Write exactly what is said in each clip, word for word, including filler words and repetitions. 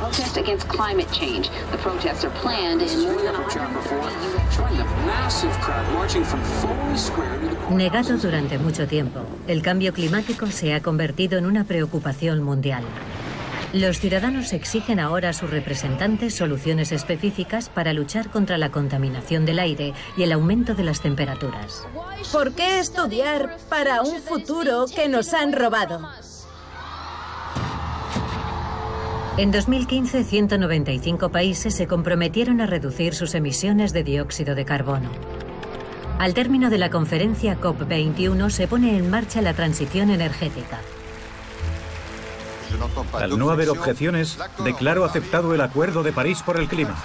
protest against climate change. The protests are planned in more than one hundred. Negado durante mucho tiempo, el cambio climático se ha convertido en una preocupación mundial. Los ciudadanos exigen ahora a sus representantes soluciones específicas para luchar contra la contaminación del aire y el aumento de las temperaturas. ¿Por qué estudiar para un futuro que nos han robado? En dos mil quince, ciento noventa y cinco países se comprometieron a reducir sus emisiones de dióxido de carbono. Al término de la conferencia COP veintiuno se pone en marcha la transición energética. Al no haber objeciones, declaro aceptado el Acuerdo de París por el clima.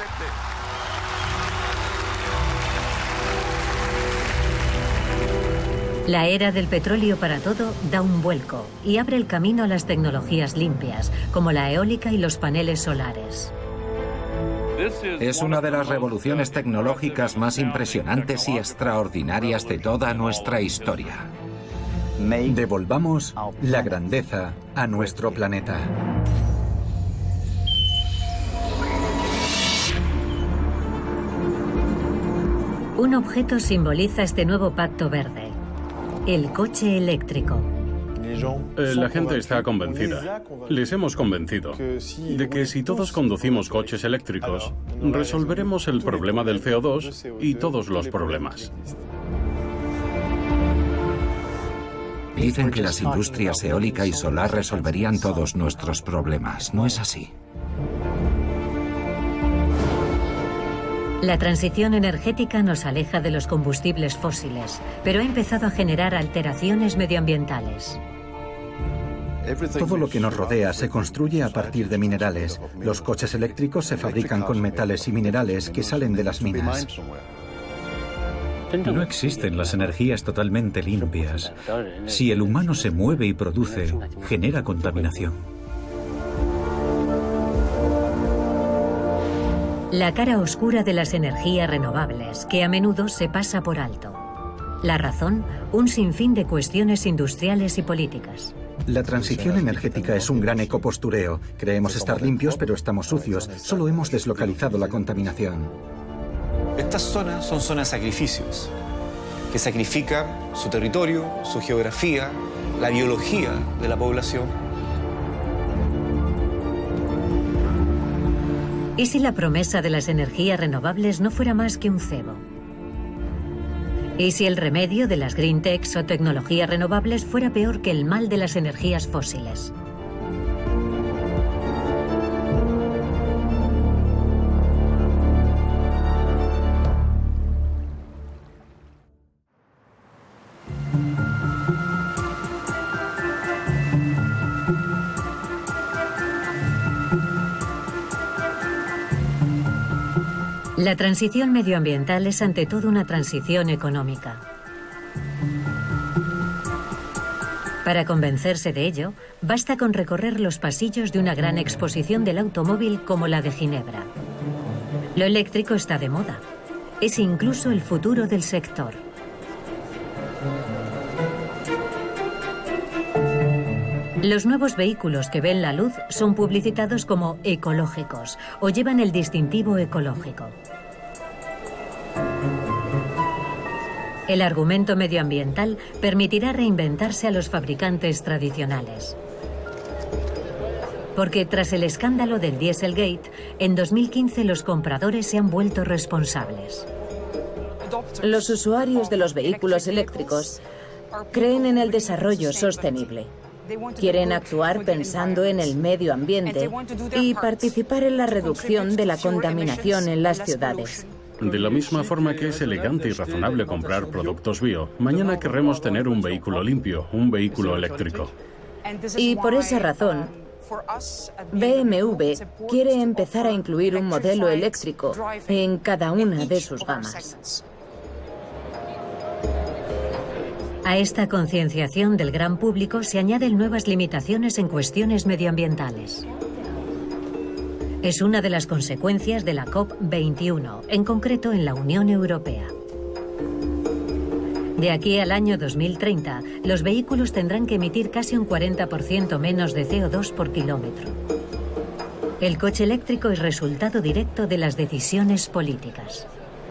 La era del petróleo para todo da un vuelco y abre el camino a las tecnologías limpias, como la eólica y los paneles solares. Es una de las revoluciones tecnológicas más impresionantes y extraordinarias de toda nuestra historia. Devolvamos la grandeza a nuestro planeta. Un objeto simboliza este nuevo pacto verde: el coche eléctrico. Eh, la gente está convencida, les hemos convencido, de que si todos conducimos coches eléctricos, resolveremos el problema del C O dos y todos los problemas. Dicen que las industrias eólica y solar resolverían todos nuestros problemas. No es así. La transición energética nos aleja de los combustibles fósiles, pero ha empezado a generar alteraciones medioambientales. Todo lo que nos rodea se construye a partir de minerales. Los coches eléctricos se fabrican con metales y minerales que salen de las minas. No existen las energías totalmente limpias. Si el humano se mueve y produce, genera contaminación. La cara oscura de las energías renovables, que a menudo se pasa por alto. La razón, un sinfín de cuestiones industriales y políticas. La transición energética es un gran ecopostureo. Creemos estar limpios, pero estamos sucios. Solo hemos deslocalizado la contaminación. Estas zonas son zonas de sacrificios, que sacrifican su territorio, su geografía, la biología de la población. ¿Y si la promesa de las energías renovables no fuera más que un cebo? ¿Y si el remedio de las green techs o tecnologías renovables fuera peor que el mal de las energías fósiles? La transición medioambiental es ante todo una transición económica. Para convencerse de ello, basta con recorrer los pasillos de una gran exposición del automóvil como la de Ginebra. Lo eléctrico está de moda. Es incluso el futuro del sector. Los nuevos vehículos que ven la luz son publicitados como ecológicos o llevan el distintivo ecológico. El argumento medioambiental permitirá reinventarse a los fabricantes tradicionales. Porque tras el escándalo del Dieselgate, en dos mil quince los compradores se han vuelto responsables. Los usuarios de los vehículos eléctricos creen en el desarrollo sostenible. Quieren actuar pensando en el medio ambiente y participar en la reducción de la contaminación en las ciudades. De la misma forma que es elegante y razonable comprar productos bio, mañana querremos tener un vehículo limpio, un vehículo eléctrico. Y por esa razón, B M W quiere empezar a incluir un modelo eléctrico en cada una de sus gamas. A esta concienciación del gran público se añaden nuevas limitaciones en cuestiones medioambientales. Es una de las consecuencias de la COP veintiuno, en concreto en la Unión Europea. De aquí al año dos mil treinta, los vehículos tendrán que emitir casi un cuarenta por ciento menos de C O dos por kilómetro. El coche eléctrico es resultado directo de las decisiones políticas.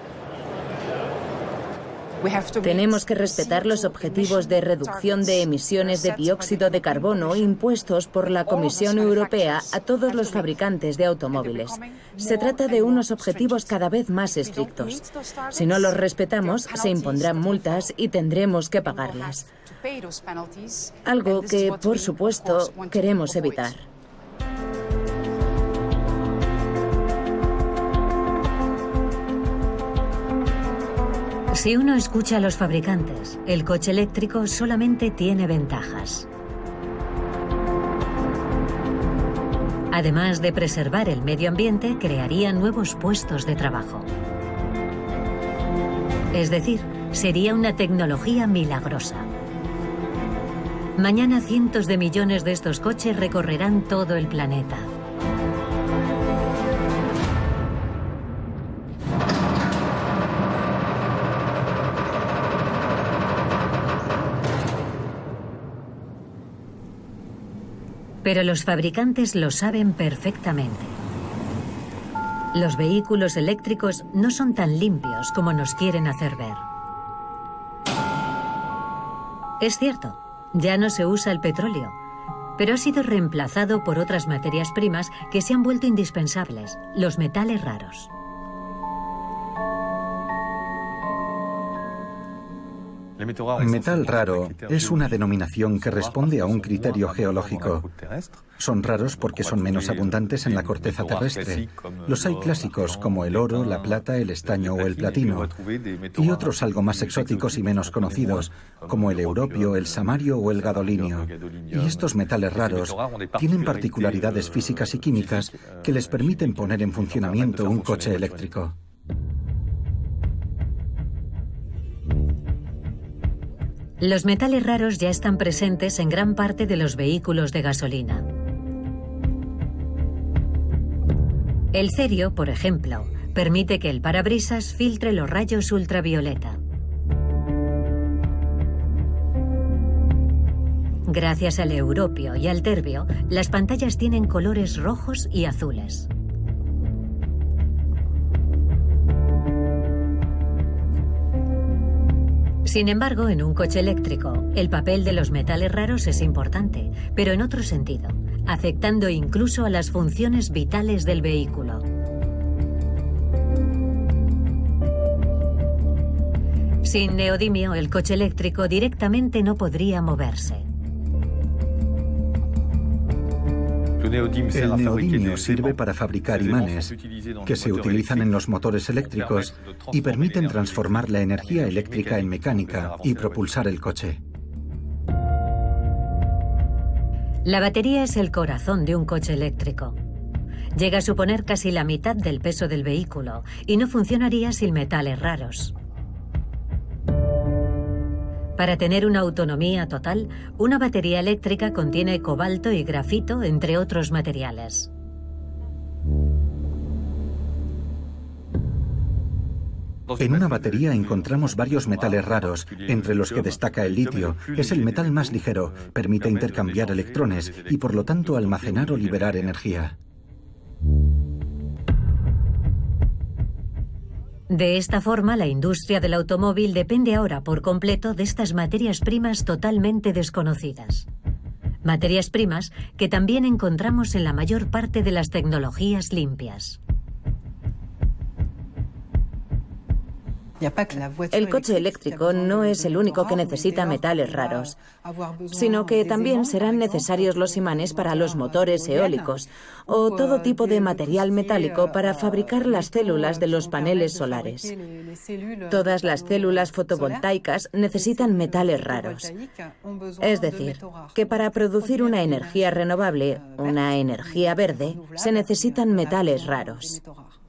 Tenemos que respetar los objetivos de reducción de emisiones de dióxido de carbono impuestos por la Comisión Europea a todos los fabricantes de automóviles. Se trata de unos objetivos cada vez más estrictos. Si no los respetamos, se impondrán multas y tendremos que pagarlas. Algo que, por supuesto, queremos evitar. Si uno escucha a los fabricantes, el coche eléctrico solamente tiene ventajas. Además de preservar el medio ambiente, crearía nuevos puestos de trabajo. Es decir, sería una tecnología milagrosa. Mañana cientos de millones de estos coches recorrerán todo el planeta. Pero los fabricantes lo saben perfectamente. Los vehículos eléctricos no son tan limpios como nos quieren hacer ver. Es cierto, ya no se usa el petróleo, pero ha sido reemplazado por otras materias primas que se han vuelto indispensables, los metales raros. Metal raro es una denominación que responde a un criterio geológico. Son raros porque son menos abundantes en la corteza terrestre. Los hay clásicos como el oro, la plata, el estaño o el platino. Y otros algo más exóticos y menos conocidos, como el europio, el samario o el gadolinio. Y estos metales raros tienen particularidades físicas y químicas que les permiten poner en funcionamiento un coche eléctrico. Los metales raros ya están presentes en gran parte de los vehículos de gasolina. El cerio, por ejemplo, permite que el parabrisas filtre los rayos ultravioleta. Gracias al europio y al terbio, las pantallas tienen colores rojos y azules. Sin embargo, en un coche eléctrico, el papel de los metales raros es importante, pero en otro sentido, afectando incluso a las funciones vitales del vehículo. Sin neodimio, el coche eléctrico directamente no podría moverse. El neodimio sirve para fabricar imanes que se utilizan en los motores eléctricos y permiten transformar la energía eléctrica en mecánica y propulsar el coche. La batería es el corazón de un coche eléctrico. Llega a suponer casi la mitad del peso del vehículo y no funcionaría sin metales raros. Para tener una autonomía total, una batería eléctrica contiene cobalto y grafito, entre otros materiales. En una batería encontramos varios metales raros, entre los que destaca el litio. Es el metal más ligero, permite intercambiar electrones y por lo tanto almacenar o liberar energía. De esta forma, la industria del automóvil depende ahora por completo de estas materias primas totalmente desconocidas. Materias primas que también encontramos en la mayor parte de las tecnologías limpias. El coche eléctrico no es el único que necesita metales raros, sino que también serán necesarios los imanes para los motores eólicos o todo tipo de material metálico para fabricar las células de los paneles solares. Todas las células fotovoltaicas necesitan metales raros. Es decir, que para producir una energía renovable, una energía verde, se necesitan metales raros.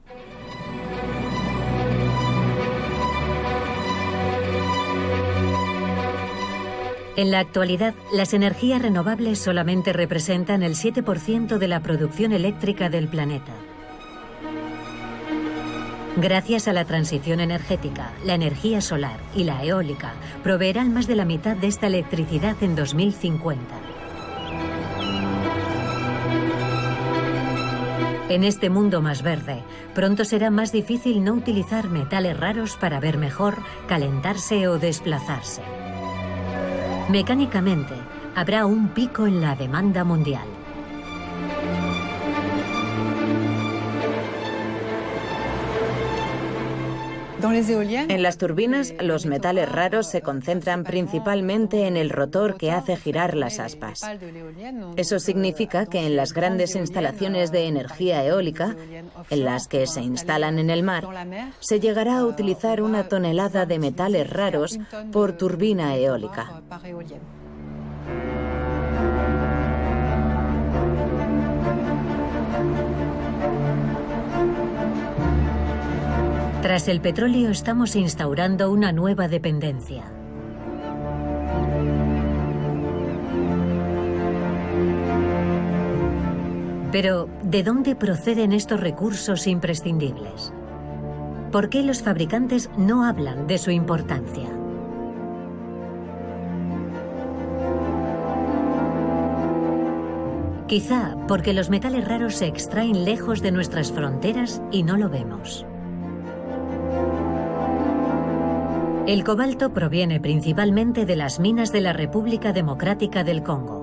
En la actualidad, las energías renovables solamente representan el siete por ciento de la producción eléctrica del planeta. Gracias a la transición energética, la energía solar y la eólica proveerán más de la mitad de esta electricidad en dos mil cincuenta. En este mundo más verde, pronto será más difícil no utilizar metales raros para ver mejor, calentarse o desplazarse. Mecánicamente, habrá un pico en la demanda mundial. En las turbinas, los metales raros se concentran principalmente en el rotor que hace girar las aspas. Eso significa que en las grandes instalaciones de energía eólica, en las que se instalan en el mar, se llegará a utilizar una tonelada de metales raros por turbina eólica. Tras el petróleo estamos instaurando una nueva dependencia. Pero, ¿de dónde proceden estos recursos imprescindibles? ¿Por qué los fabricantes no hablan de su importancia? Quizá porque los metales raros se extraen lejos de nuestras fronteras y no lo vemos. El cobalto proviene principalmente de las minas de la República Democrática del Congo.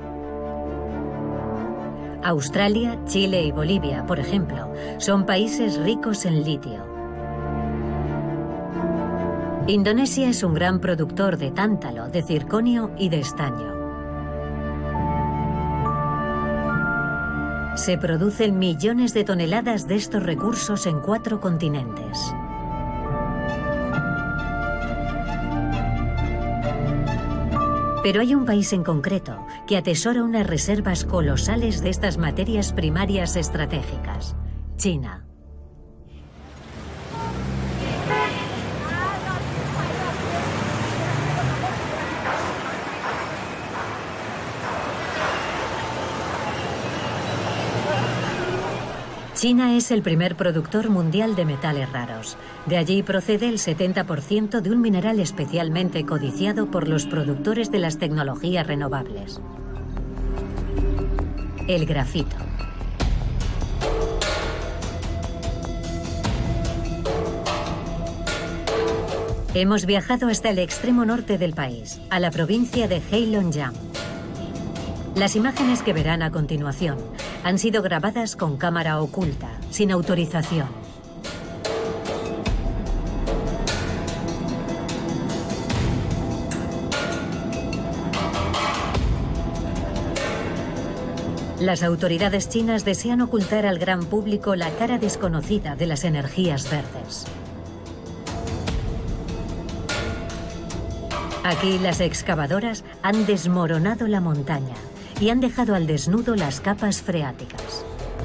Australia, Chile y Bolivia, por ejemplo, son países ricos en litio. Indonesia es un gran productor de tántalo, de circonio y de estaño. Se producen millones de toneladas de estos recursos en cuatro continentes. Pero hay un país en concreto que atesora unas reservas colosales de estas materias primarias estratégicas: China. China es el primer productor mundial de metales raros. De allí procede el setenta por ciento de un mineral especialmente codiciado por los productores de las tecnologías renovables: el grafito. Hemos viajado hasta el extremo norte del país, a la provincia de Heilongjiang. Las imágenes que verán a continuación han sido grabadas con cámara oculta, sin autorización. Las autoridades chinas desean ocultar al gran público la cara desconocida de las energías verdes. Aquí las excavadoras han desmoronado la montaña y han dejado al desnudo las capas freáticas.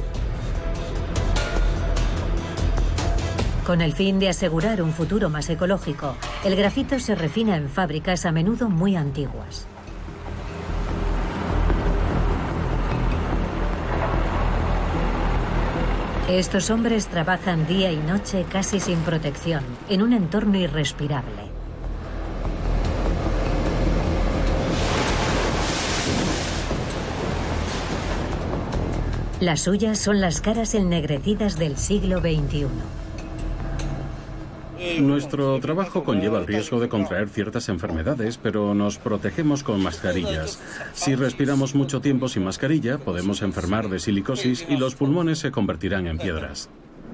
Con el fin de asegurar un futuro más ecológico, el grafito se refina en fábricas a menudo muy antiguas. Estos hombres trabajan día y noche casi sin protección, en un entorno irrespirable. Las suyas son las caras ennegrecidas del siglo veintiuno. Nuestro trabajo conlleva el riesgo de contraer ciertas enfermedades, pero nos protegemos con mascarillas. Si respiramos mucho tiempo sin mascarilla, podemos enfermar de silicosis y los pulmones se convertirán en piedras.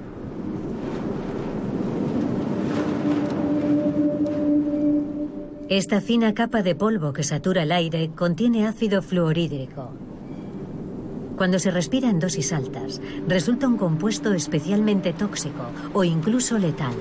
Esta fina capa de polvo que satura el aire contiene ácido fluorhídrico. Cuando se respira en dosis altas, resulta un compuesto especialmente tóxico o incluso letal.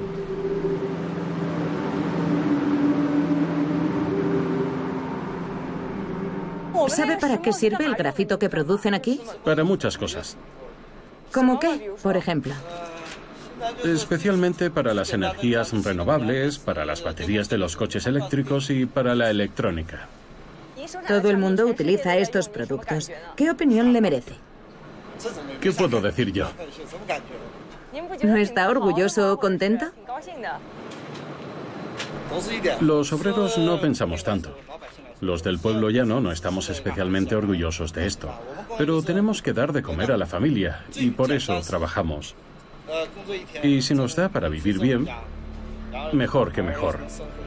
¿Sabe para qué sirve el grafito que producen aquí? Para muchas cosas. ¿Cómo qué, por ejemplo? Especialmente para las energías renovables, para las baterías de los coches eléctricos y para la electrónica. Todo el mundo utiliza estos productos. ¿Qué opinión le merece? ¿Qué puedo decir yo? ¿No está orgulloso o contento? Los obreros no pensamos tanto. Los del pueblo llano no estamos especialmente orgullosos de esto, pero tenemos que dar de comer a la familia y por eso trabajamos. Y si nos da para vivir bien, mejor que mejor.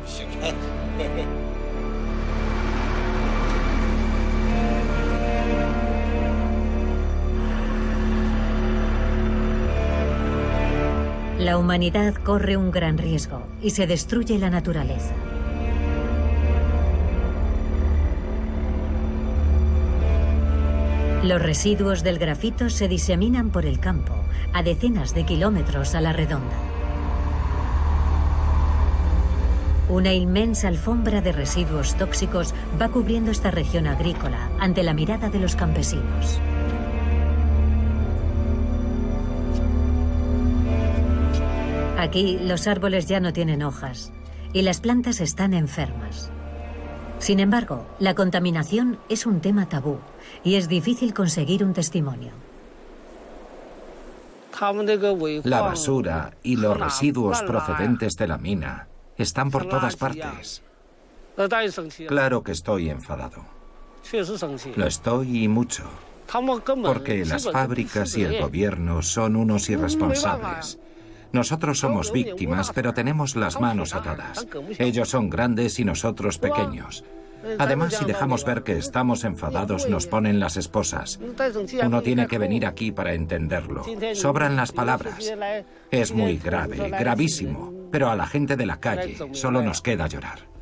La humanidad corre un gran riesgo y se destruye la naturaleza. Los residuos del grafito se diseminan por el campo, a decenas de kilómetros a la redonda. Una inmensa alfombra de residuos tóxicos va cubriendo esta región agrícola ante la mirada de los campesinos. Aquí los árboles ya no tienen hojas y las plantas están enfermas. Sin embargo, la contaminación es un tema tabú y es difícil conseguir un testimonio. La basura y los residuos procedentes de la mina están por todas partes. Claro que estoy enfadado. Lo estoy y mucho. Porque las fábricas y el gobierno son unos irresponsables. Nosotros somos víctimas, pero tenemos las manos atadas. Ellos son grandes y nosotros pequeños. Además, si dejamos ver que estamos enfadados, nos ponen las esposas. Uno tiene que venir aquí para entenderlo. Sobran las palabras. Es muy grave, gravísimo, pero a la gente de la calle solo nos queda llorar.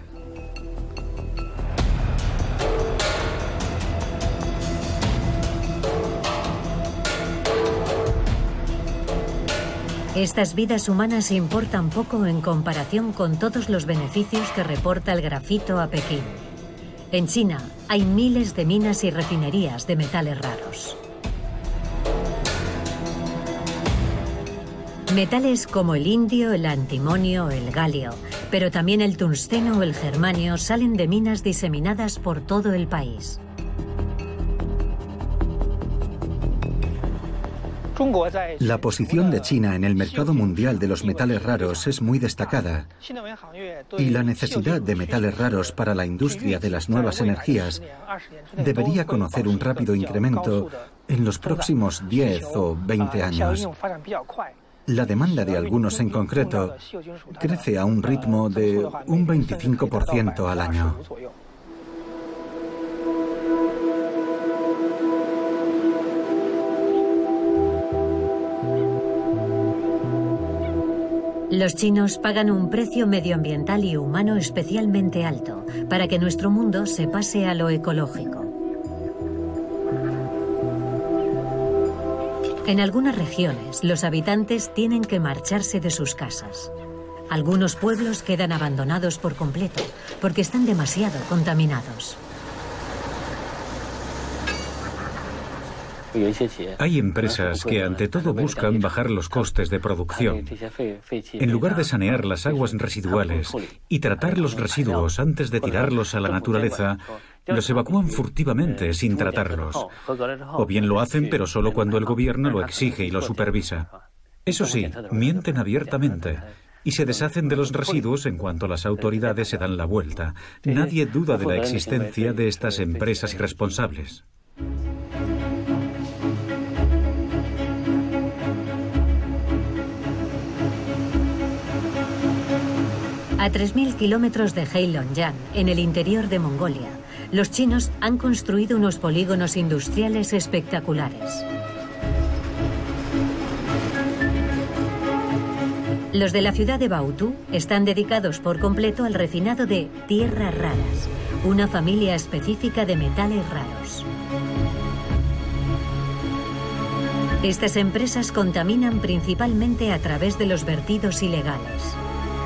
Estas vidas humanas importan poco en comparación con todos los beneficios que reporta el grafito a Pekín. En China hay miles de minas y refinerías de metales raros. Metales como el indio, el antimonio, el galio, pero también el tungsteno o el germanio salen de minas diseminadas por todo el país. La posición de China en el mercado mundial de los metales raros es muy destacada y la necesidad de metales raros para la industria de las nuevas energías debería conocer un rápido incremento en los próximos diez o veinte años. La demanda de algunos en concreto crece a un ritmo de un veinticinco por ciento al año. Los chinos pagan un precio medioambiental y humano especialmente alto para que nuestro mundo se pase a lo ecológico. En algunas regiones, los habitantes tienen que marcharse de sus casas. Algunos pueblos quedan abandonados por completo porque están demasiado contaminados. Hay empresas que ante todo buscan bajar los costes de producción. En lugar de sanear las aguas residuales y tratar los residuos antes de tirarlos a la naturaleza, los evacúan furtivamente sin tratarlos. O bien lo hacen, pero solo cuando el gobierno lo exige y lo supervisa. Eso sí, mienten abiertamente y se deshacen de los residuos en cuanto las autoridades se dan la vuelta. Nadie duda de la existencia de estas empresas irresponsables. A tres mil kilómetros de Heilongjiang, en el interior de Mongolia, los chinos han construido unos polígonos industriales espectaculares. Los de la ciudad de Baotou están dedicados por completo al refinado de tierras raras, una familia específica de metales raros. Estas empresas contaminan principalmente a través de los vertidos ilegales.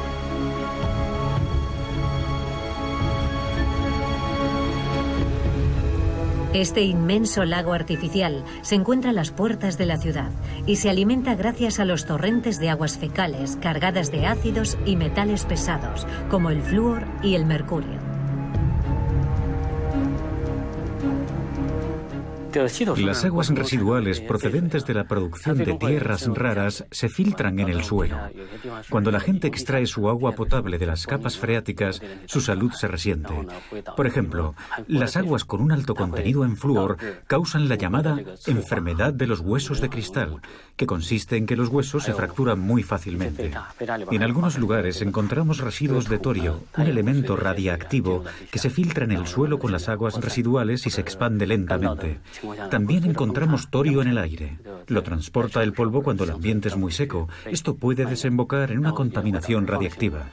Este inmenso lago artificial se encuentra a las puertas de la ciudad y se alimenta gracias a los torrentes de aguas fecales cargadas de ácidos y metales pesados, como el flúor y el mercurio. Las aguas residuales procedentes de la producción de tierras raras se filtran en el suelo. Cuando la gente extrae su agua potable de las capas freáticas, su salud se resiente. Por ejemplo, las aguas con un alto contenido en flúor causan la llamada enfermedad de los huesos de cristal, que consiste en que los huesos se fracturan muy fácilmente. En algunos lugares encontramos residuos de torio, un elemento radiactivo que se filtra en el suelo con las aguas residuales y se expande lentamente. También encontramos torio en el aire. Lo transporta el polvo cuando el ambiente es muy seco. Esto puede desembocar en una contaminación radiactiva.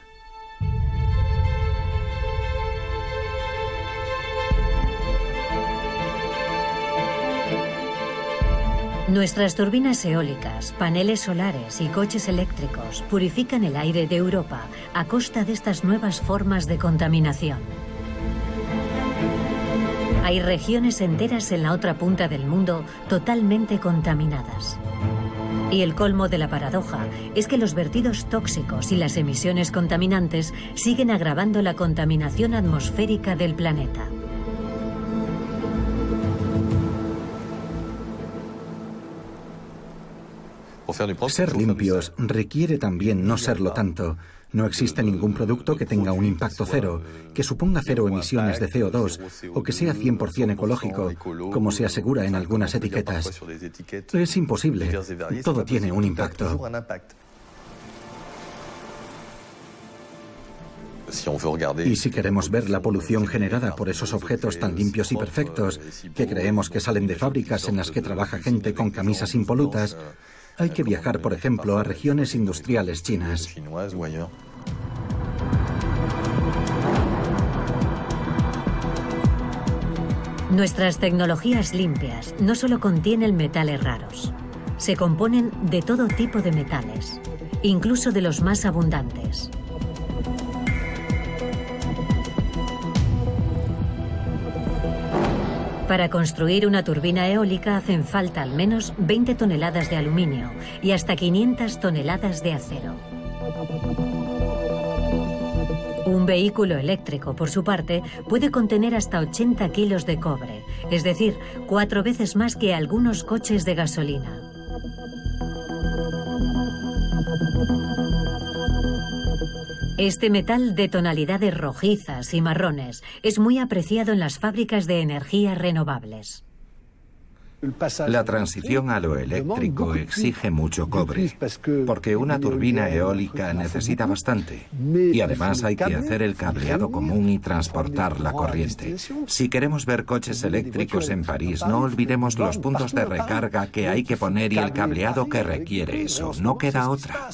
Nuestras turbinas eólicas, paneles solares y coches eléctricos purifican el aire de Europa a costa de estas nuevas formas de contaminación. Hay regiones enteras en la otra punta del mundo totalmente contaminadas. Y el colmo de la paradoja es que los vertidos tóxicos y las emisiones contaminantes siguen agravando la contaminación atmosférica del planeta. Ser limpios requiere también no serlo tanto. No existe ningún producto que tenga un impacto cero, que suponga cero emisiones de C O dos o que sea cien por cien ecológico, como se asegura en algunas etiquetas. Es imposible. Todo tiene un impacto. Y si queremos ver la polución generada por esos objetos tan limpios y perfectos que creemos que salen de fábricas en las que trabaja gente con camisas impolutas, hay que viajar, por ejemplo, a regiones industriales chinas. Nuestras tecnologías limpias no solo contienen metales raros. Se componen de todo tipo de metales, incluso de los más abundantes. Para construir una turbina eólica hacen falta al menos veinte toneladas de aluminio y hasta quinientas toneladas de acero. Un vehículo eléctrico, por su parte, puede contener hasta ochenta kilos de cobre, es decir, cuatro veces más que algunos coches de gasolina. Este metal de tonalidades rojizas y marrones es muy apreciado en las fábricas de energías renovables. La transición a lo eléctrico exige mucho cobre, porque una turbina eólica necesita bastante. Y además hay que hacer el cableado común y transportar la corriente. Si queremos ver coches eléctricos en París, no olvidemos los puntos de recarga que hay que poner y el cableado que requiere eso. No queda otra.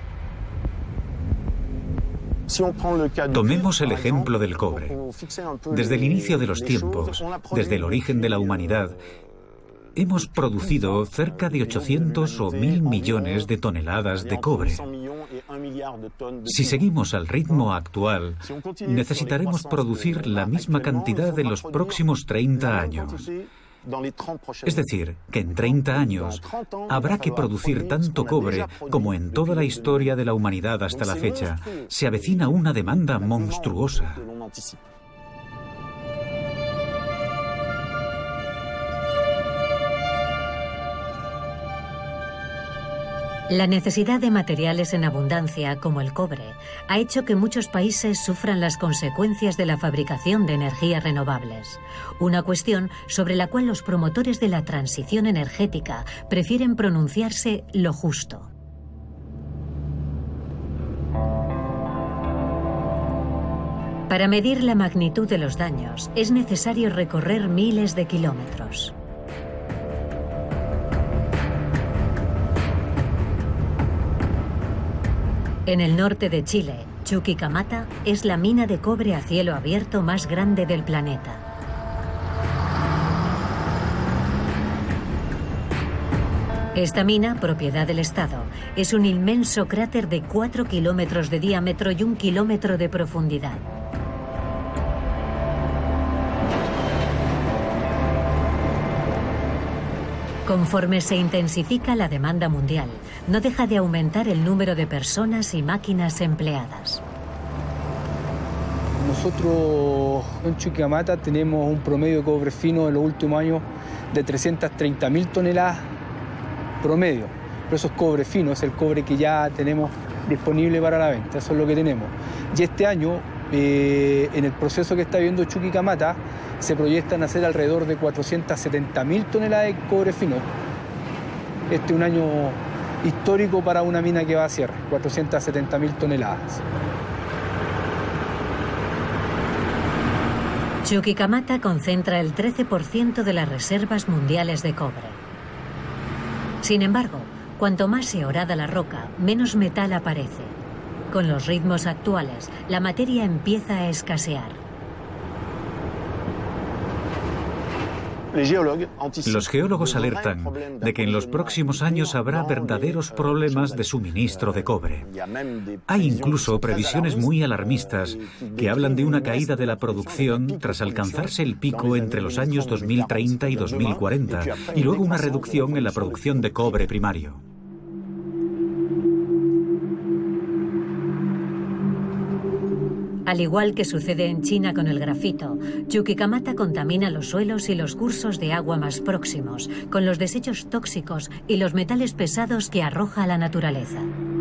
Tomemos el ejemplo del cobre. Desde el inicio de los tiempos, desde el origen de la humanidad, hemos producido cerca de ochocientos o mil millones de toneladas de cobre. Si seguimos al ritmo actual, necesitaremos producir la misma cantidad en los próximos treinta años. Es decir, que en treinta años habrá que producir tanto cobre como en toda la historia de la humanidad hasta la fecha. Se avecina una demanda monstruosa. La necesidad de materiales en abundancia, como el cobre, ha hecho que muchos países sufran las consecuencias de la fabricación de energías renovables, una cuestión sobre la cual los promotores de la transición energética prefieren pronunciarse lo justo. Para medir la magnitud de los daños, es necesario recorrer miles de kilómetros. En el norte de Chile, Chuquicamata es la mina de cobre a cielo abierto más grande del planeta. Esta mina, propiedad del Estado, es un inmenso cráter de cuatro kilómetros de diámetro y un kilómetro de profundidad. Conforme se intensifica la demanda mundial, no deja de aumentar el número de personas y máquinas empleadas. Nosotros en Chuquicamata tenemos un promedio de cobre fino en los últimos años de trescientas treinta mil toneladas promedio. Pero eso es cobre fino, es el cobre que ya tenemos disponible para la venta, eso es lo que tenemos. Y este año, eh, en el proceso que está viendo Chuquicamata, se proyectan hacer alrededor de cuatrocientas setenta mil toneladas de cobre fino. Este es un año histórico para una mina que va a cierre, cuatrocientas setenta mil toneladas. Chuquicamata concentra el trece por ciento de las reservas mundiales de cobre. Sin embargo, cuanto más se horada la roca, menos metal aparece. Con los ritmos actuales, la materia empieza a escasear. Los geólogos alertan de que en los próximos años habrá verdaderos problemas de suministro de cobre. Hay incluso previsiones muy alarmistas que hablan de una caída de la producción tras alcanzarse el pico entre los años dos mil treinta y dos mil cuarenta y luego una reducción en la producción de cobre primario. Al igual que sucede en China con el grafito, Chuquicamata contamina los suelos y los cursos de agua más próximos, con los desechos tóxicos y los metales pesados que arroja a la naturaleza.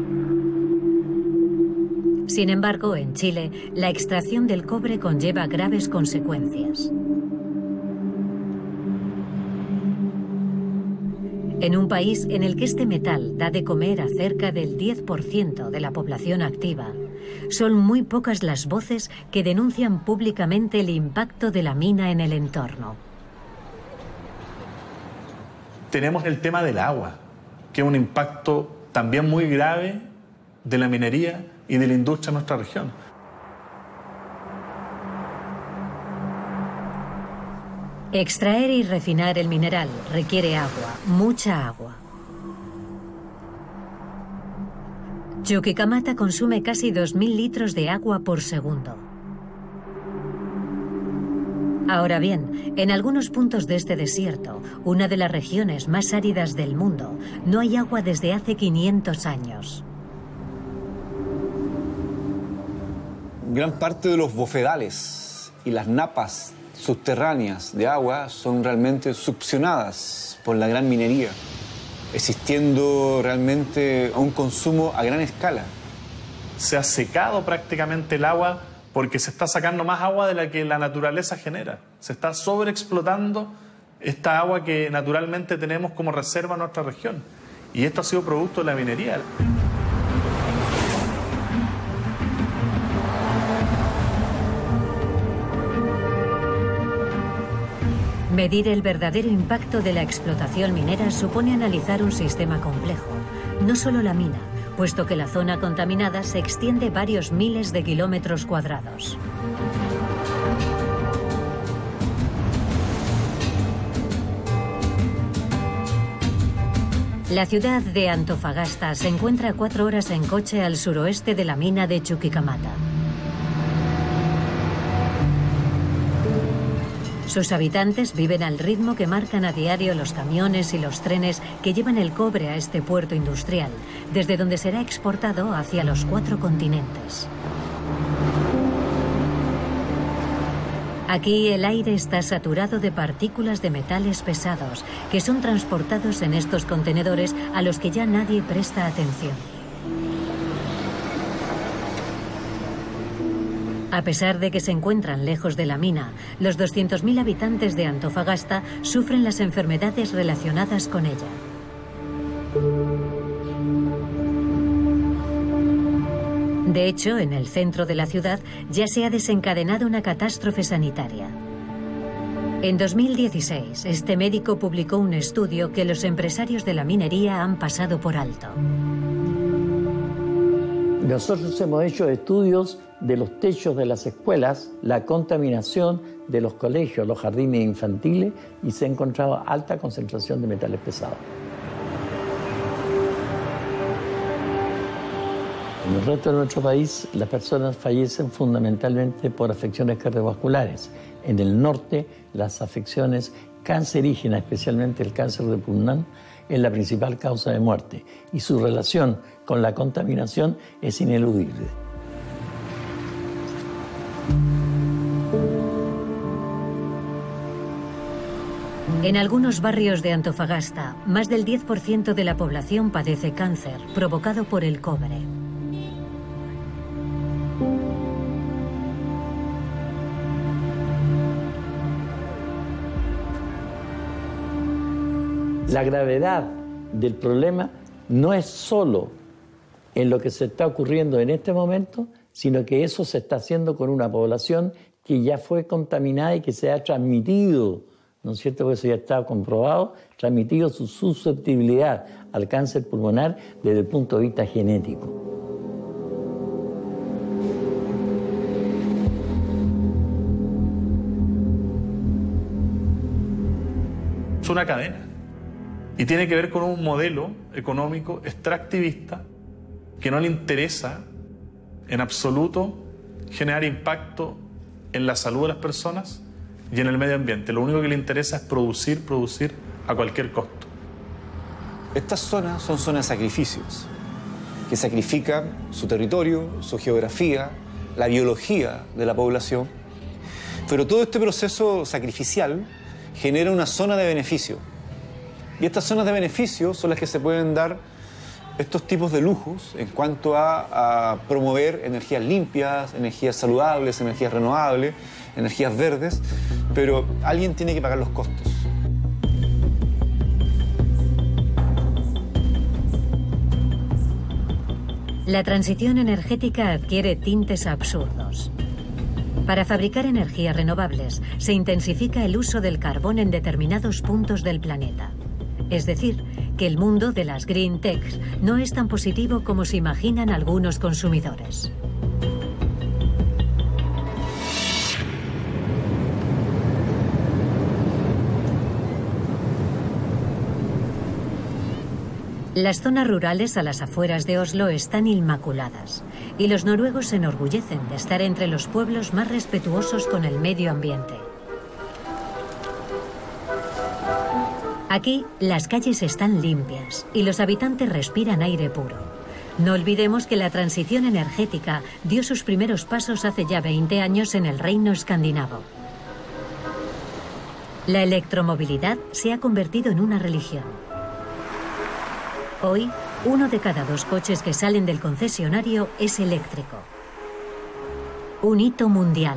Sin embargo, en Chile, la extracción del cobre conlleva graves consecuencias. En un país en el que este metal da de comer a cerca del diez por ciento de la población activa, son muy pocas las voces que denuncian públicamente el impacto de la mina en el entorno. Tenemos el tema del agua, que es un impacto también muy grave de la minería y de la industria en nuestra región. Extraer y refinar el mineral requiere agua, mucha agua. Chuquicamata consume casi dos mil litros de agua por segundo. Ahora bien, en algunos puntos de este desierto, una de las regiones más áridas del mundo, no hay agua desde hace quinientos años. Gran parte de los bofedales y las napas subterráneas de agua son realmente succionadas por la gran minería, existiendo realmente un consumo a gran escala. Se ha secado prácticamente el agua porque se está sacando más agua de la que la naturaleza genera. Se está sobreexplotando esta agua que naturalmente tenemos como reserva en nuestra región. Y esto ha sido producto de la minería. Medir el verdadero impacto de la explotación minera supone analizar un sistema complejo, no solo la mina, puesto que la zona contaminada se extiende varios miles de kilómetros cuadrados. La ciudad de Antofagasta se encuentra a cuatro horas en coche al suroeste de la mina de Chuquicamata. Sus habitantes viven al ritmo que marcan a diario los camiones y los trenes que llevan el cobre a este puerto industrial, desde donde será exportado hacia los cuatro continentes. Aquí el aire está saturado de partículas de metales pesados que son transportados en estos contenedores a los que ya nadie presta atención. A pesar de que se encuentran lejos de la mina, los doscientos mil habitantes de Antofagasta sufren las enfermedades relacionadas con ella. De hecho, en el centro de la ciudad ya se ha desencadenado una catástrofe sanitaria. En dos mil dieciséis, este médico publicó un estudio que los empresarios de la minería han pasado por alto. Nosotros hemos hecho estudios de los techos de las escuelas, la contaminación de los colegios, los jardines infantiles, y se ha encontrado alta concentración de metales pesados. En el resto de nuestro país, las personas fallecen fundamentalmente por afecciones cardiovasculares. En el norte, las afecciones cancerígenas, especialmente el cáncer de pulmón, es la principal causa de muerte y su relación con la contaminación es ineludible. En algunos barrios de Antofagasta, más del diez por ciento de la población padece cáncer provocado por el cobre. La gravedad del problema no es solo en lo que se está ocurriendo en este momento, sino que eso se está haciendo con una población que ya fue contaminada y que se ha transmitido, ¿no es cierto? Porque eso ya está comprobado, transmitido su susceptibilidad al cáncer pulmonar desde el punto de vista genético. Es una cadena y tiene que ver con un modelo económico extractivista que no le interesa en absoluto generar impacto en la salud de las personas y en el medio ambiente. Lo único que le interesa es producir, producir a cualquier costo. Estas zonas son zonas de sacrificios, que sacrifican su territorio, su geografía, la biología de la población, pero todo este proceso sacrificial genera una zona de beneficio. Y estas zonas de beneficio son las que se pueden dar estos tipos de lujos en cuanto a, a promover energías limpias, energías saludables, energías renovables, energías verdes, pero alguien tiene que pagar los costos. La transición energética adquiere tintes absurdos. Para fabricar energías renovables, se intensifica el uso del carbón en determinados puntos del planeta. Es decir, que el mundo de las Green Techs no es tan positivo como se imaginan algunos consumidores. Las zonas rurales a las afueras de Oslo están inmaculadas y los noruegos se enorgullecen de estar entre los pueblos más respetuosos con el medio ambiente. Aquí, las calles están limpias y los habitantes respiran aire puro. No olvidemos que la transición energética dio sus primeros pasos hace ya veinte años en el reino escandinavo. La electromovilidad se ha convertido en una religión. Hoy, uno de cada dos coches que salen del concesionario es eléctrico. Un hito mundial.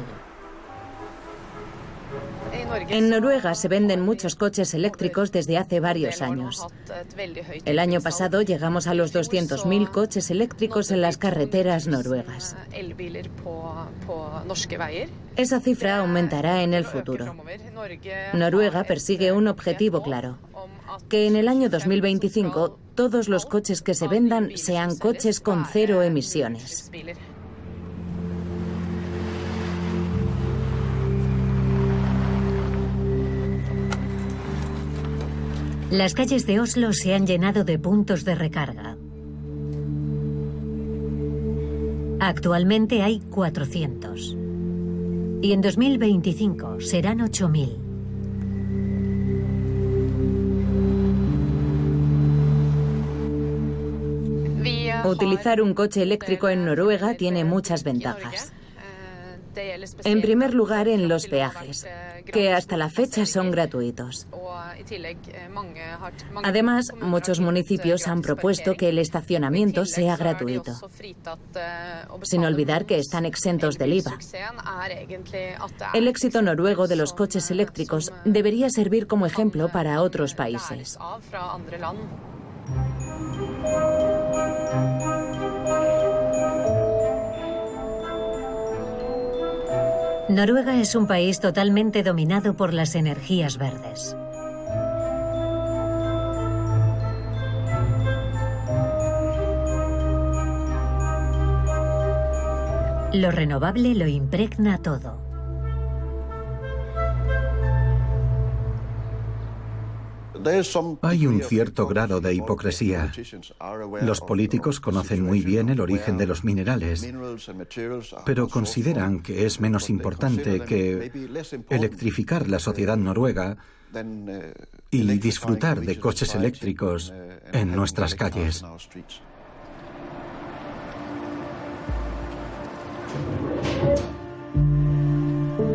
En Noruega se venden muchos coches eléctricos desde hace varios años. El año pasado llegamos a los doscientos mil coches eléctricos en las carreteras noruegas. Esa cifra aumentará en el futuro. Noruega persigue un objetivo claro: que en el año dos mil veinticinco todos los coches que se vendan sean coches con cero emisiones. Las calles de Oslo se han llenado de puntos de recarga. Actualmente hay cuatrocientos. Y en dos mil veinticinco serán ocho mil. Utilizar un coche eléctrico en Noruega tiene muchas ventajas. En primer lugar, en los peajes, que hasta la fecha son gratuitos. Además, muchos municipios han propuesto que el estacionamiento sea gratuito, sin olvidar que están exentos del I V A. El éxito noruego de los coches eléctricos debería servir como ejemplo para otros países. Noruega es un país totalmente dominado por las energías verdes. Lo renovable lo impregna todo. Hay un cierto grado de hipocresía. Los políticos conocen muy bien el origen de los minerales, pero consideran que es menos importante que electrificar la sociedad noruega y disfrutar de coches eléctricos en nuestras calles.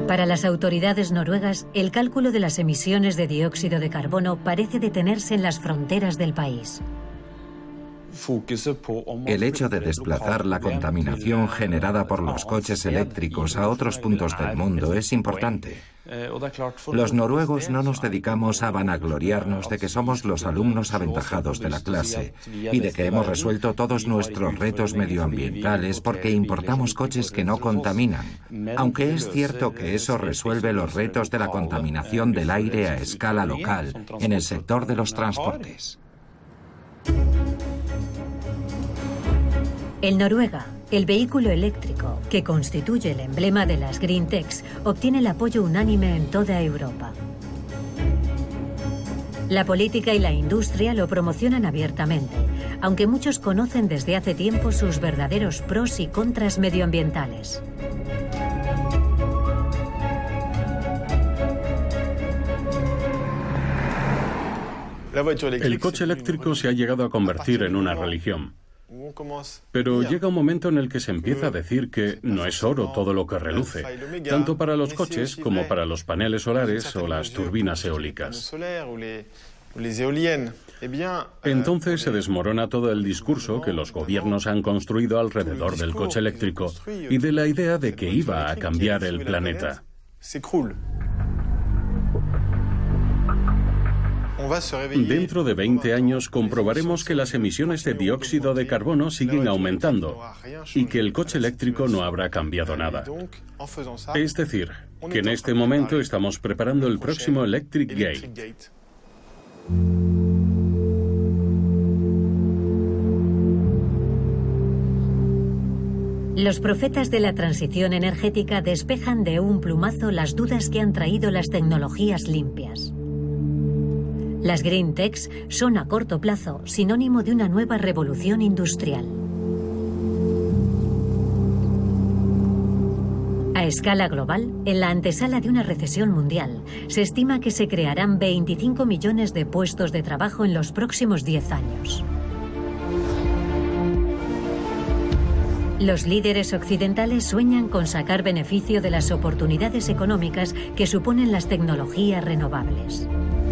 Para las autoridades noruegas, el cálculo de las emisiones de dióxido de carbono parece detenerse en las fronteras del país. El hecho de desplazar la contaminación generada por los coches eléctricos a otros puntos del mundo es importante. Los noruegos no nos dedicamos a vanagloriarnos de que somos los alumnos aventajados de la clase y de que hemos resuelto todos nuestros retos medioambientales porque importamos coches que no contaminan, aunque es cierto que eso resuelve los retos de la contaminación del aire a escala local en el sector de los transportes. En Noruega, el vehículo eléctrico, que constituye el emblema de las Green Techs, obtiene el apoyo unánime en toda Europa. La política y la industria lo promocionan abiertamente, aunque muchos conocen desde hace tiempo sus verdaderos pros y contras medioambientales. El coche eléctrico se ha llegado a convertir en una religión. Pero llega un momento en el que se empieza a decir que no es oro todo lo que reluce, tanto para los coches como para los paneles solares o las turbinas eólicas. Entonces se desmorona todo el discurso que los gobiernos han construido alrededor del coche eléctrico y de la idea de que iba a cambiar el planeta. Dentro de veinte años comprobaremos que las emisiones de dióxido de carbono siguen aumentando y que el coche eléctrico no habrá cambiado nada. Es decir, que en este momento estamos preparando el próximo Electric Gate. Los profetas de la transición energética despejan de un plumazo las dudas que han traído las tecnologías limpias. Las Green Techs son a corto plazo sinónimo de una nueva revolución industrial. A escala global, en la antesala de una recesión mundial, se estima que se crearán veinticinco millones de puestos de trabajo en los próximos diez años. Los líderes occidentales sueñan con sacar beneficio de las oportunidades económicas que suponen las tecnologías renovables.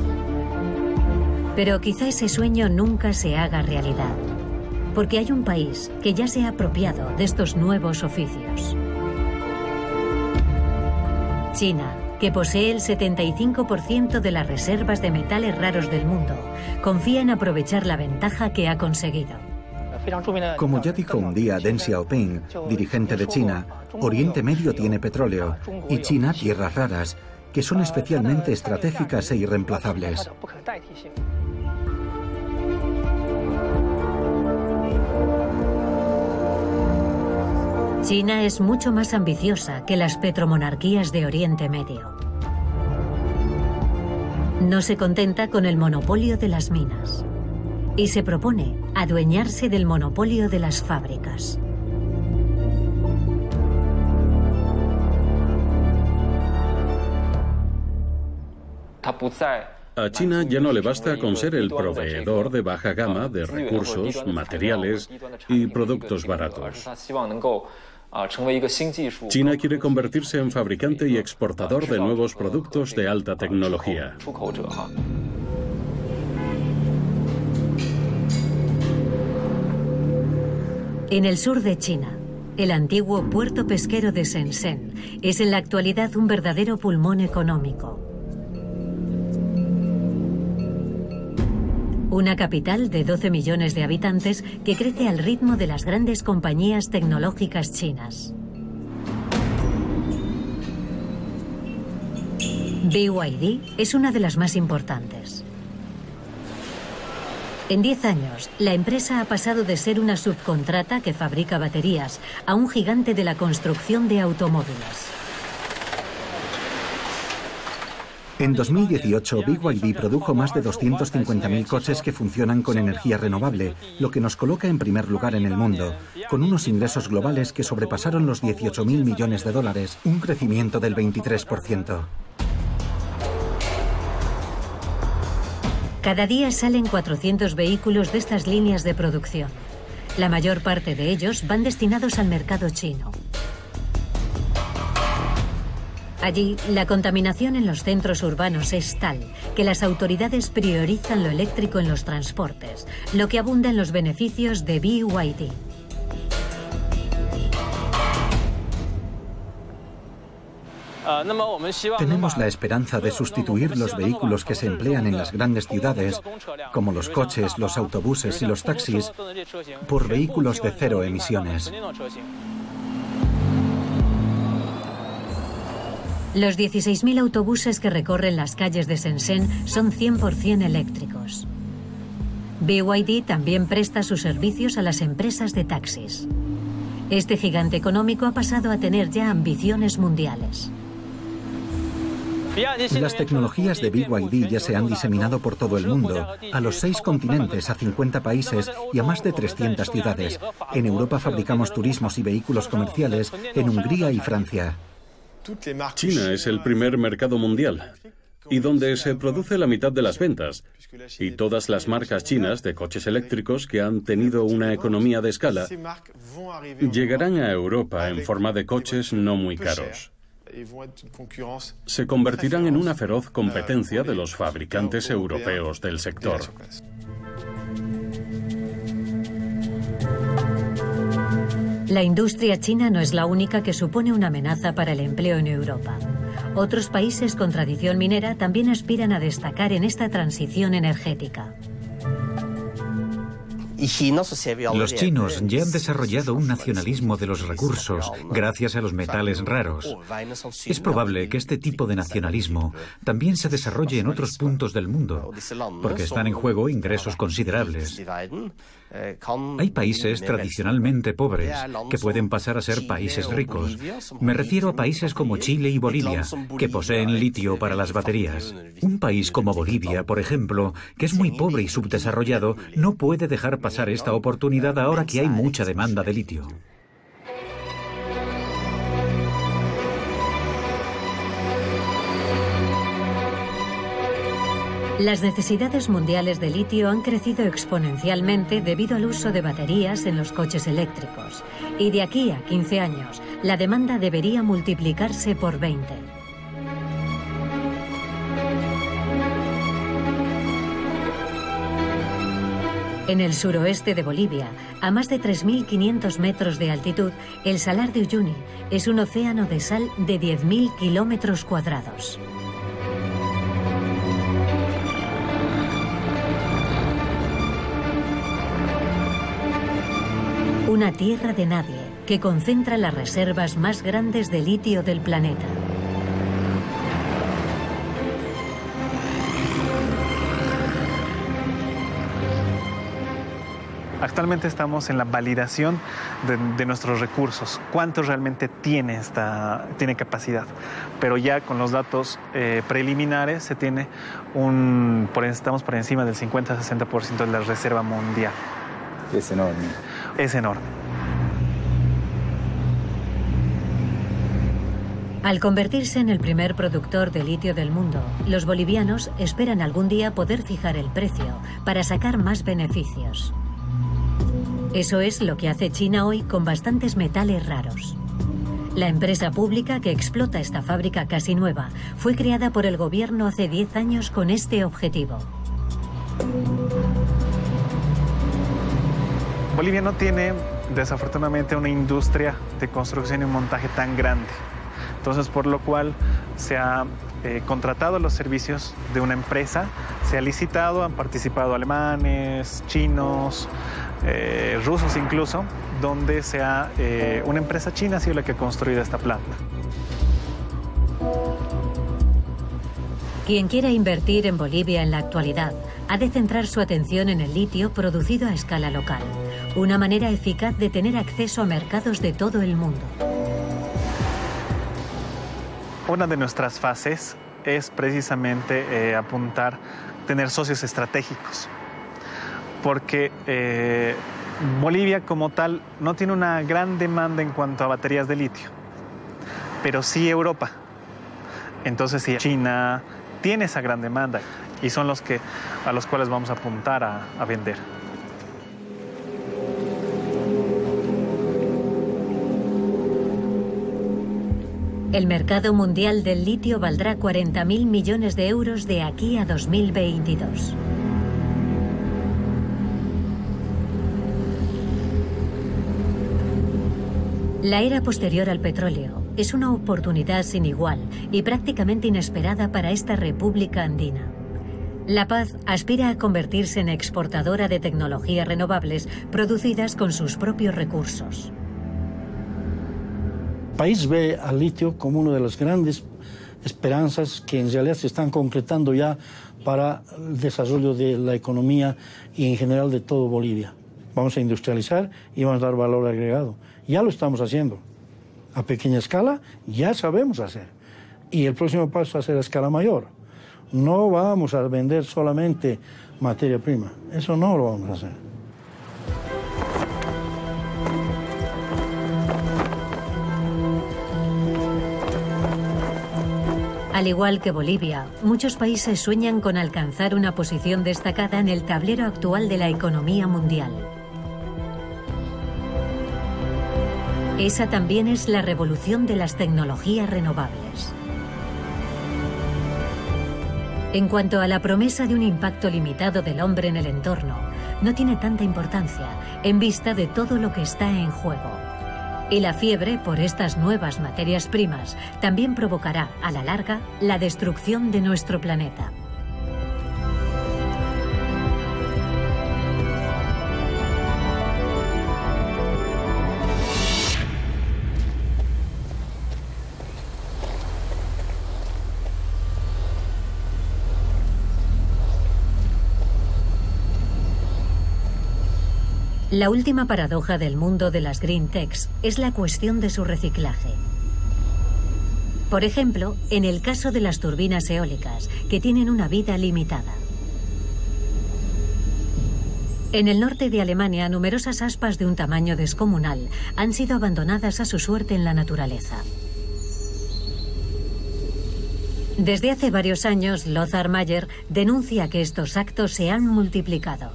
Pero quizá ese sueño nunca se haga realidad, porque hay un país que ya se ha apropiado de estos nuevos oficios. China, que posee el setenta y cinco por ciento de las reservas de metales raros del mundo, confía en aprovechar la ventaja que ha conseguido. Como ya dijo un día Deng Xiaoping, dirigente de China, Oriente Medio tiene petróleo y China tierras raras, que son especialmente estratégicas e irreemplazables. China es mucho más ambiciosa que las petromonarquías de Oriente Medio. No se contenta con el monopolio de las minas y se propone adueñarse del monopolio de las fábricas. A China ya no le basta con ser el proveedor de baja gama de recursos, materiales y productos baratos. China quiere convertirse en fabricante y exportador de nuevos productos de alta tecnología. En el sur de China, el antiguo puerto pesquero de Shenzhen es en la actualidad un verdadero pulmón económico. Una capital de doce millones de habitantes que crece al ritmo de las grandes compañías tecnológicas chinas. B Y D es una de las más importantes. En diez años, la empresa ha pasado de ser una subcontrata que fabrica baterías a un gigante de la construcción de automóviles. En dos mil dieciocho, B Y D produjo más de doscientos cincuenta mil coches que funcionan con energía renovable, lo que nos coloca en primer lugar en el mundo, con unos ingresos globales que sobrepasaron los dieciocho mil millones de dólares, un crecimiento del veintitrés por ciento. Cada día salen cuatrocientos vehículos de estas líneas de producción. La mayor parte de ellos van destinados al mercado chino. Allí, la contaminación en los centros urbanos es tal que las autoridades priorizan lo eléctrico en los transportes, lo que abunda en los beneficios de B Y D. Tenemos la esperanza de sustituir los vehículos que se emplean en las grandes ciudades, como los coches, los autobuses y los taxis, por vehículos de cero emisiones. Los dieciséis mil autobuses que recorren las calles de Shenzhen son cien por cien eléctricos. B Y D también presta sus servicios a las empresas de taxis. Este gigante económico ha pasado a tener ya ambiciones mundiales. Las tecnologías de B Y D ya se han diseminado por todo el mundo, a los seis continentes, a cincuenta países y a más de trescientas ciudades. En Europa fabricamos turismos y vehículos comerciales, en Hungría y Francia. China es el primer mercado mundial y donde se produce la mitad de las ventas. Y todas las marcas chinas de coches eléctricos que han tenido una economía de escala llegarán a Europa en forma de coches no muy caros. Se convertirán en una feroz competencia de los fabricantes europeos del sector. La industria china no es la única que supone una amenaza para el empleo en Europa. Otros países con tradición minera también aspiran a destacar en esta transición energética. Los chinos ya han desarrollado un nacionalismo de los recursos gracias a los metales raros. Es probable que este tipo de nacionalismo también se desarrolle en otros puntos del mundo, porque están en juego ingresos considerables. Hay países tradicionalmente pobres que pueden pasar a ser países ricos. Me refiero a países como Chile y Bolivia, que poseen litio para las baterías. Un país como Bolivia, por ejemplo, que es muy pobre y subdesarrollado, no puede dejar pasar esta oportunidad ahora que hay mucha demanda de litio. Las necesidades mundiales de litio han crecido exponencialmente debido al uso de baterías en los coches eléctricos. Y de aquí a quince años, la demanda debería multiplicarse por veinte. En el suroeste de Bolivia, a más de tres mil quinientos metros de altitud, el Salar de Uyuni es un océano de sal de diez mil kilómetros cuadrados. Una tierra de nadie que concentra las reservas más grandes de litio del planeta. Actualmente estamos en la validación de, de nuestros recursos, cuánto realmente tiene esta tiene capacidad, pero ya con los datos eh, preliminares se tiene un, por, estamos por encima del cincuenta a sesenta por ciento de la reserva mundial. Es enorme. Es enorme. Al convertirse en el primer productor de litio del mundo, los bolivianos esperan algún día poder fijar el precio para sacar más beneficios. Eso es lo que hace China hoy con bastantes metales raros. La empresa pública que explota esta fábrica casi nueva fue creada por el gobierno hace diez años con este objetivo. Bolivia no tiene, desafortunadamente, una industria de construcción y montaje tan grande. Entonces, por lo cual se ha eh, contratado los servicios de una empresa, se ha licitado, han participado alemanes, chinos, eh, rusos incluso, donde sea eh, una empresa china ha sido la que ha construido esta planta. Quien quiera invertir en Bolivia en la actualidad ha de centrar su atención en el litio producido a escala local, una manera eficaz de tener acceso a mercados de todo el mundo. Una de nuestras fases es precisamente eh, apuntar, tener socios estratégicos, porque eh, Bolivia como tal no tiene una gran demanda en cuanto a baterías de litio, pero sí Europa. Entonces sí, China tiene esa gran demanda y son los que, a los cuales vamos a apuntar a, a vender. El mercado mundial del litio valdrá cuarenta mil millones de euros de aquí a dos mil veintidós. La era posterior al petróleo es una oportunidad sin igual y prácticamente inesperada para esta república andina. La Paz aspira a convertirse en exportadora de tecnologías renovables producidas con sus propios recursos. El país ve al litio como una de las grandes esperanzas que en realidad se están concretando ya para el desarrollo de la economía y en general de todo Bolivia. Vamos a industrializar y vamos a dar valor agregado. Ya lo estamos haciendo. A pequeña escala ya sabemos hacer. Y el próximo paso es hacer a escala mayor. No vamos a vender solamente materia prima. Eso no lo vamos a hacer. Al igual que Bolivia, muchos países sueñan con alcanzar una posición destacada en el tablero actual de la economía mundial. Esa también es la revolución de las tecnologías renovables. En cuanto a la promesa de un impacto limitado del hombre en el entorno, no tiene tanta importancia en vista de todo lo que está en juego. Y la fiebre por estas nuevas materias primas también provocará, a la larga, la destrucción de nuestro planeta. La última paradoja del mundo de las Green Techs es la cuestión de su reciclaje. Por ejemplo, en el caso de las turbinas eólicas, que tienen una vida limitada. En el norte de Alemania, numerosas aspas de un tamaño descomunal han sido abandonadas a su suerte en la naturaleza. Desde hace varios años, Lothar Mayer denuncia que estos actos se han multiplicado.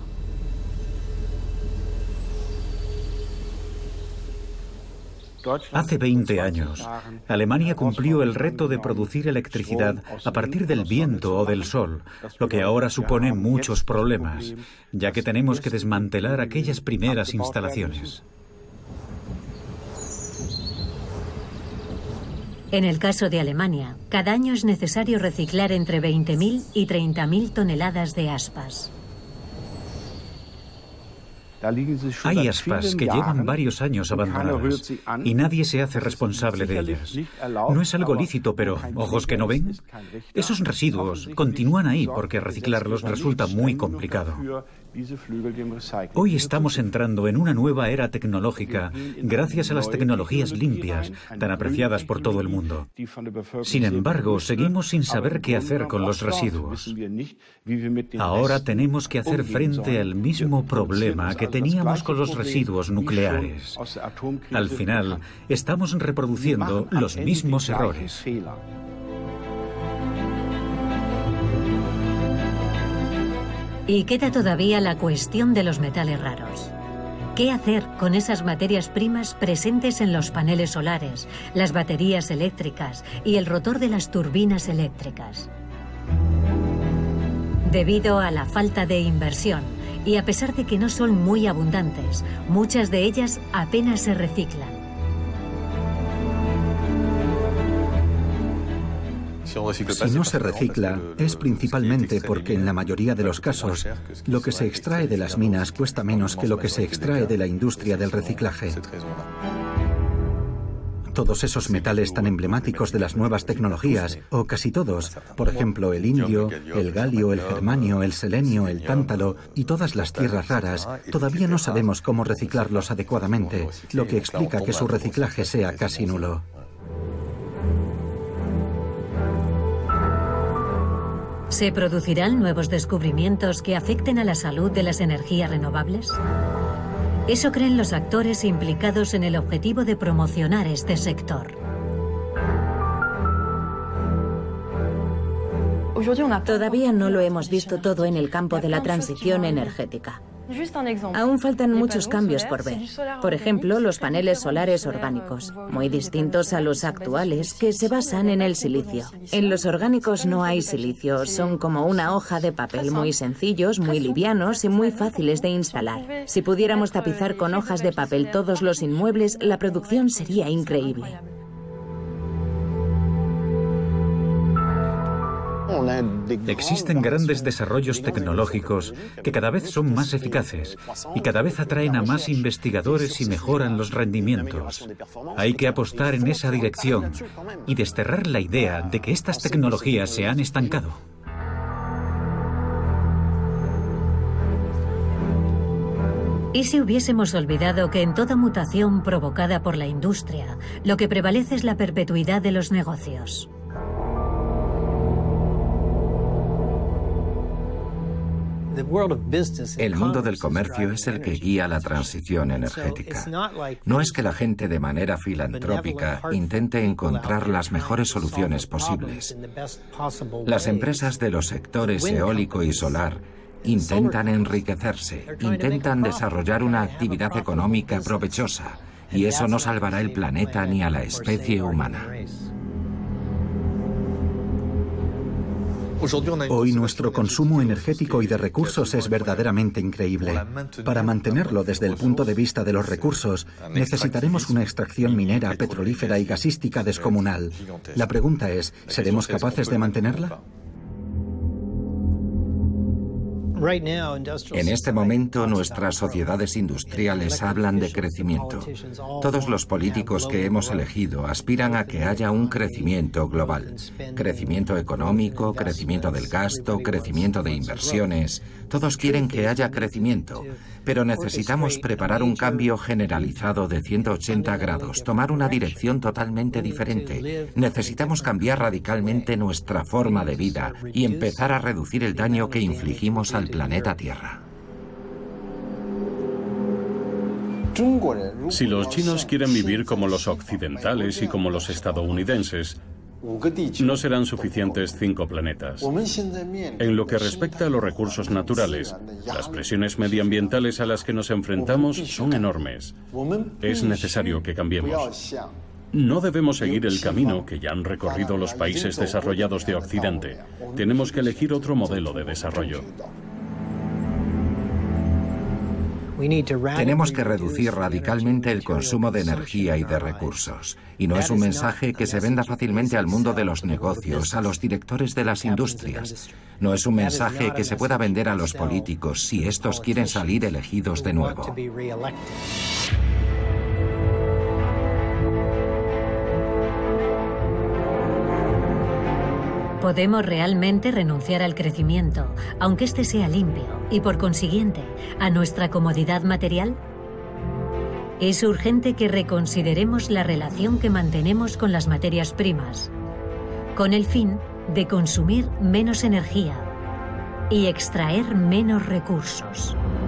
Hace veinte años, Alemania cumplió el reto de producir electricidad a partir del viento o del sol, lo que ahora supone muchos problemas, ya que tenemos que desmantelar aquellas primeras instalaciones. En el caso de Alemania, cada año es necesario reciclar entre veinte mil y treinta mil toneladas de aspas. Hay aspas que llevan varios años abandonadas y nadie se hace responsable de ellas. No es algo lícito, pero ¿ojos que no ven? Esos residuos continúan ahí porque reciclarlos resulta muy complicado. Hoy estamos entrando en una nueva era tecnológica gracias a las tecnologías limpias, tan apreciadas por todo el mundo. Sin embargo, seguimos sin saber qué hacer con los residuos. Ahora tenemos que hacer frente al mismo problema que teníamos con los residuos nucleares. Al final, estamos reproduciendo los mismos errores. Y queda todavía la cuestión de los metales raros. ¿Qué hacer con esas materias primas presentes en los paneles solares, las baterías eléctricas y el rotor de las turbinas eléctricas? Debido a la falta de inversión, y a pesar de que no son muy abundantes, muchas de ellas apenas se reciclan. Si no se recicla, es principalmente porque en la mayoría de los casos, lo que se extrae de las minas cuesta menos que lo que se extrae de la industria del reciclaje. Todos esos metales tan emblemáticos de las nuevas tecnologías, o casi todos, por ejemplo el indio, el galio, el germanio, el selenio, el tántalo y todas las tierras raras, todavía no sabemos cómo reciclarlos adecuadamente, lo que explica que su reciclaje sea casi nulo. ¿Se producirán nuevos descubrimientos que afecten a la salud de las energías renovables? Eso creen los actores implicados en el objetivo de promocionar este sector. Todavía no lo hemos visto todo en el campo de la transición energética. Aún faltan muchos cambios por ver. Por ejemplo, los paneles solares orgánicos, muy distintos a los actuales, que se basan en el silicio. En los orgánicos no hay silicio, son como una hoja de papel, muy sencillos, muy livianos y muy fáciles de instalar. Si pudiéramos tapizar con hojas de papel todos los inmuebles, la producción sería increíble. Existen grandes desarrollos tecnológicos que cada vez son más eficaces y cada vez atraen a más investigadores y mejoran los rendimientos. Hay que apostar en esa dirección y desterrar la idea de que estas tecnologías se han estancado. ¿Y si hubiésemos olvidado que en toda mutación provocada por la industria, lo que prevalece es la perpetuidad de los negocios? El mundo del comercio es el que guía la transición energética. No es que la gente de manera filantrópica intente encontrar las mejores soluciones posibles. Las empresas de los sectores eólico y solar intentan enriquecerse, intentan desarrollar una actividad económica provechosa, y eso no salvará el planeta ni a la especie humana. Hoy nuestro consumo energético y de recursos es verdaderamente increíble. Para mantenerlo desde el punto de vista de los recursos, necesitaremos una extracción minera, petrolífera y gasística descomunal. La pregunta es, ¿seremos capaces de mantenerla? En este momento, nuestras sociedades industriales hablan de crecimiento. Todos los políticos que hemos elegido aspiran a que haya un crecimiento global. Crecimiento económico, crecimiento del gasto, crecimiento de inversiones. Todos quieren que haya crecimiento, pero necesitamos preparar un cambio generalizado de ciento ochenta grados, tomar una dirección totalmente diferente. Necesitamos cambiar radicalmente nuestra forma de vida y empezar a reducir el daño que infligimos al planeta Tierra. Si los chinos quieren vivir como los occidentales y como los estadounidenses, no serán suficientes cinco planetas. En lo que respecta a los recursos naturales, las presiones medioambientales a las que nos enfrentamos son enormes. Es necesario que cambiemos. No debemos seguir el camino que ya han recorrido los países desarrollados de Occidente. Tenemos que elegir otro modelo de desarrollo. Tenemos que reducir radicalmente el consumo de energía y de recursos. Y no es un mensaje que se venda fácilmente al mundo de los negocios, a los directores de las industrias. No es un mensaje que se pueda vender a los políticos si estos quieren salir elegidos de nuevo. ¿Podemos realmente renunciar al crecimiento, aunque éste sea limpio, y por consiguiente, a nuestra comodidad material? Es urgente que reconsideremos la relación que mantenemos con las materias primas, con el fin de consumir menos energía y extraer menos recursos.